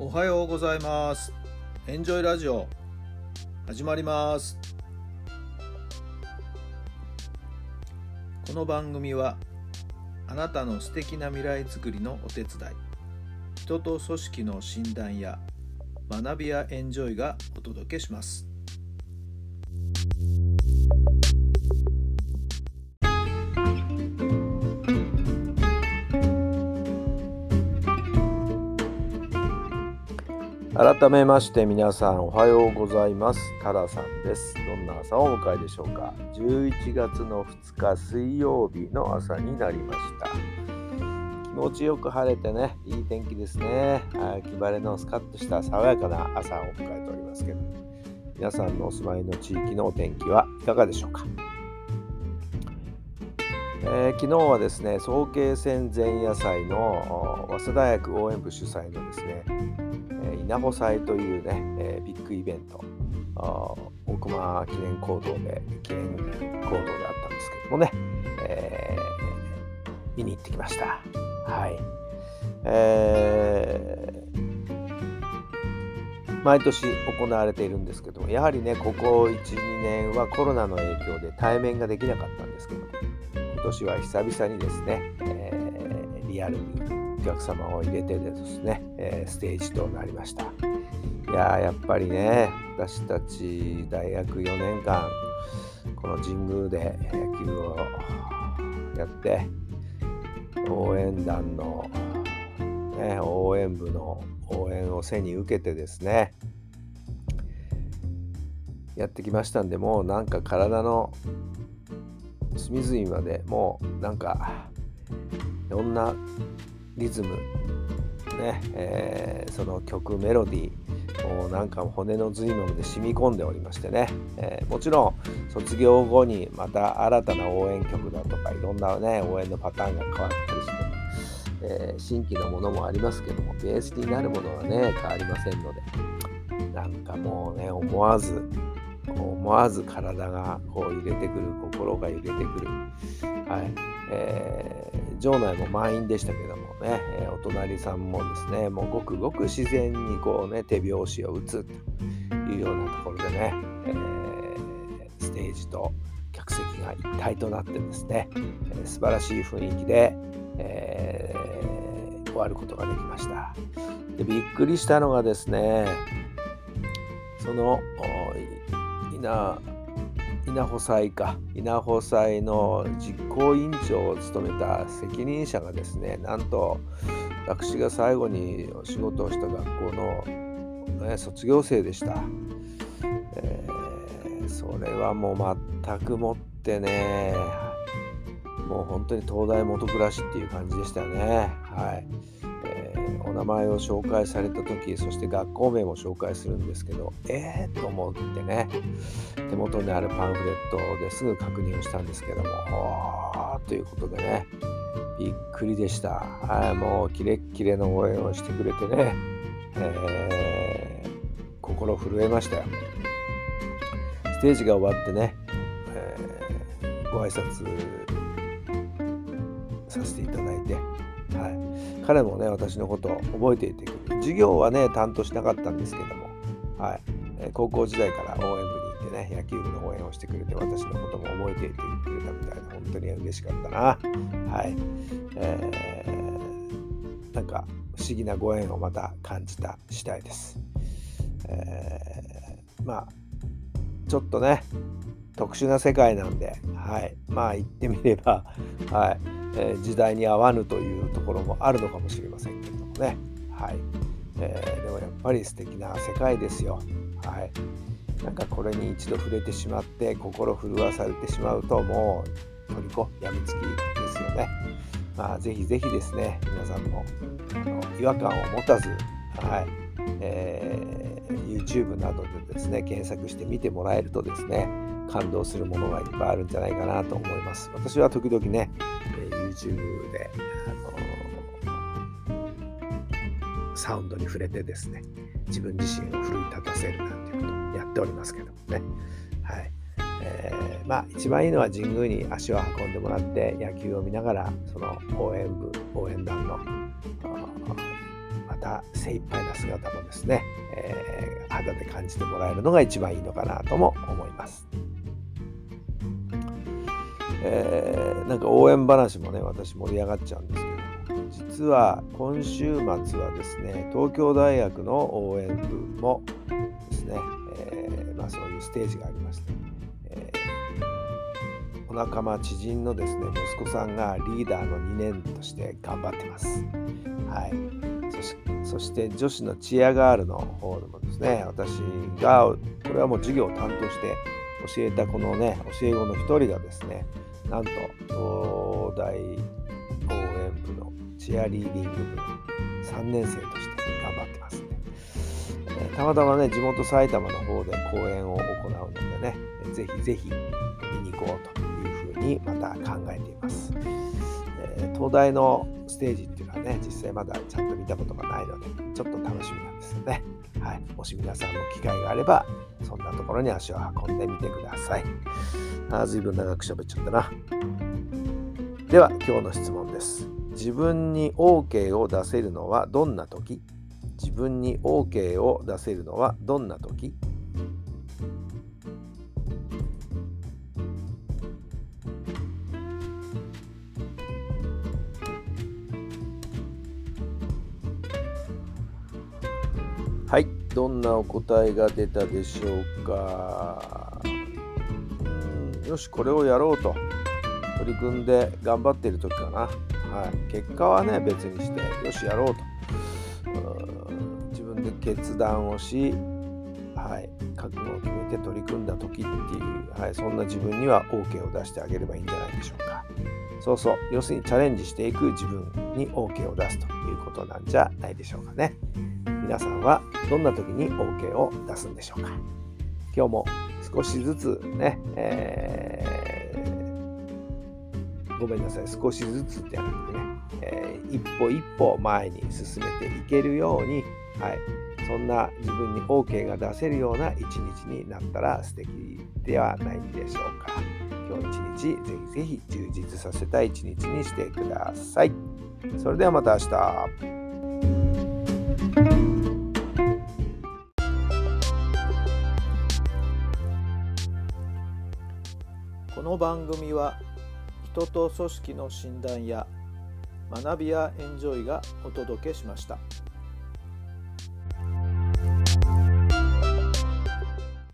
おはようございます。エンジョイラジオ始まります。この番組はあなたの素敵な未来づくりのお手伝い、人と組織の診断や学びやエンジョイがお届けします。改めまして皆さんおはようございます。タラさんです。どんな朝をお迎えでしょうか。11月の2日水曜日の朝になりました。気持ちよく晴れてね、いい天気ですね。秋晴れのスカッとした爽やかな朝を迎えておりますけど、皆さんのお住まいの地域のお天気はいかがでしょうか。昨日はですね、早慶戦前夜祭の早稲田大学応援部主催のですね、稲穂祭というね、ビッグイベント、大熊記念講堂であったんですけどもね、見に行ってきました。はい。毎年行われているんですけども、やはりね、ここ 1,2 年はコロナの影響で対面ができなかったんですけども、今年は久々にですね、リアルにお客様を入れてですね、ステージとなりました。やっぱりね、私たち大学4年間この神宮で野球をやって、応援団の、応援部の応援を背に受けてですねやってきましたんで、もうなんか体の隅々までもうなんかいろんなリズムね、その曲メロディーもうなんか骨の髄まで染み込んでおりましてね、もちろん卒業後にまた新たな応援曲だとかいろんなね応援のパターンが変わったりして、新規のものもありますけども、ベースになるものはね変わりませんので、なんかもうね思わず体がこう揺れてくる、心が揺れてくる、場内も満員でしたけどもね、お隣さんもですね、もうごくごく自然にこうね手拍子を打つというようなところでね、ステージと客席が一体となってですね、素晴らしい雰囲気で、終わることができました。で、びっくりしたのがですね、その稲穂祭の実行委員長を務めた責任者がですね、なんと私が最後にお仕事をした学校の、卒業生でした。それはもう全くもってね、もう本当に東大元暮らしっていう感じでしたよね。お名前を紹介された時、そして学校名も紹介するんですけど、と思ってね、手元にあるパンフレットですぐ確認をしたんですけども、ということでね、びっくりでした。もうキレッキレの応援をしてくれてね、心震えましたよ。ステージが終わってね、ご挨拶させていただいて、彼もね私のことを覚えていてくれる。授業はね担当しなかったんですけども、高校時代から応援部に行ってね野球部の応援をしてくれて、私のことも覚えていてくれたみたいで、本当に嬉しかったな。なんか不思議なご縁をまた感じた次第です。ちょっとね特殊な世界なんで、言ってみれば、時代に合わぬというところもあるのかもしれませんけれどもね、でもやっぱり素敵な世界ですよ。なんかこれに一度触れてしまって心震わされてしまうと、もう虜やみつきですよね。ぜひぜひですね、皆さんも違和感を持たず、YouTube などでですね検索して見てもらえるとですね、感動するものがいっぱいあるんじゃないかなと思います。私は時々ね、YouTube でサウンドに触れてですね、自分自身を奮い立たせるなんていうことをやっておりますけどもね。一番いいのは神宮に足を運んでもらって野球を見ながら、その応援団のた精一杯な姿もですね、肌で感じてもらえるのが一番いいのかなとも思います。なんか応援話もね、私盛り上がっちゃうんですけど、実は今週末はですね、東京大学の応援部もですね、そういうステージがありまして、お仲間知人のですね、息子さんがリーダーの2年として頑張ってます。はい。そして女子のチアガールの方でもですね、私がこれはもう授業を担当して教えたこのね、教え子の一人がですね、なんと東大応援部のチアリーディング部の3年生として頑張ってますね。たまたまね、地元埼玉の方で講演を行うのでね、ぜひぜひ見に行こうというふうにまた考えています。東大のステージっていうのはね、実際まだちゃんと見たことがないので、ちょっと楽しみなんですよね。はい。もし皆さんも機会があれば、そんなところに足を運んでみてください。随分長く喋っちゃったな。では、今日の質問です。自分に OK を出せるのはどんな時？自分に OK を出せるのはどんな時？はい、どんなお答えが出たでしょうか。よし、これをやろうと取り組んで頑張っている時かな。はい、結果はね、別にして、よし、やろうと。自分で決断をし、はい、覚悟を決めて取り組んだ時っていう、はい、そんな自分には OK を出してあげればいいんじゃないでしょうか。そうそう、要するにチャレンジしていく自分に OK を出すということなんじゃないでしょうかね。皆さんはどんな時に OK を出すんでしょうか。今日も少しずつね、ごめんなさい、少しずつじゃなくてね、一歩一歩前に進めていけるように、はい、そんな自分に OK が出せるような一日になったら素敵ではないでしょうか。今日一日ぜひぜひ充実させた一日にしてください。それではまた明日。この番組は人と組織の診断や学びやエンジョイがお届けしました。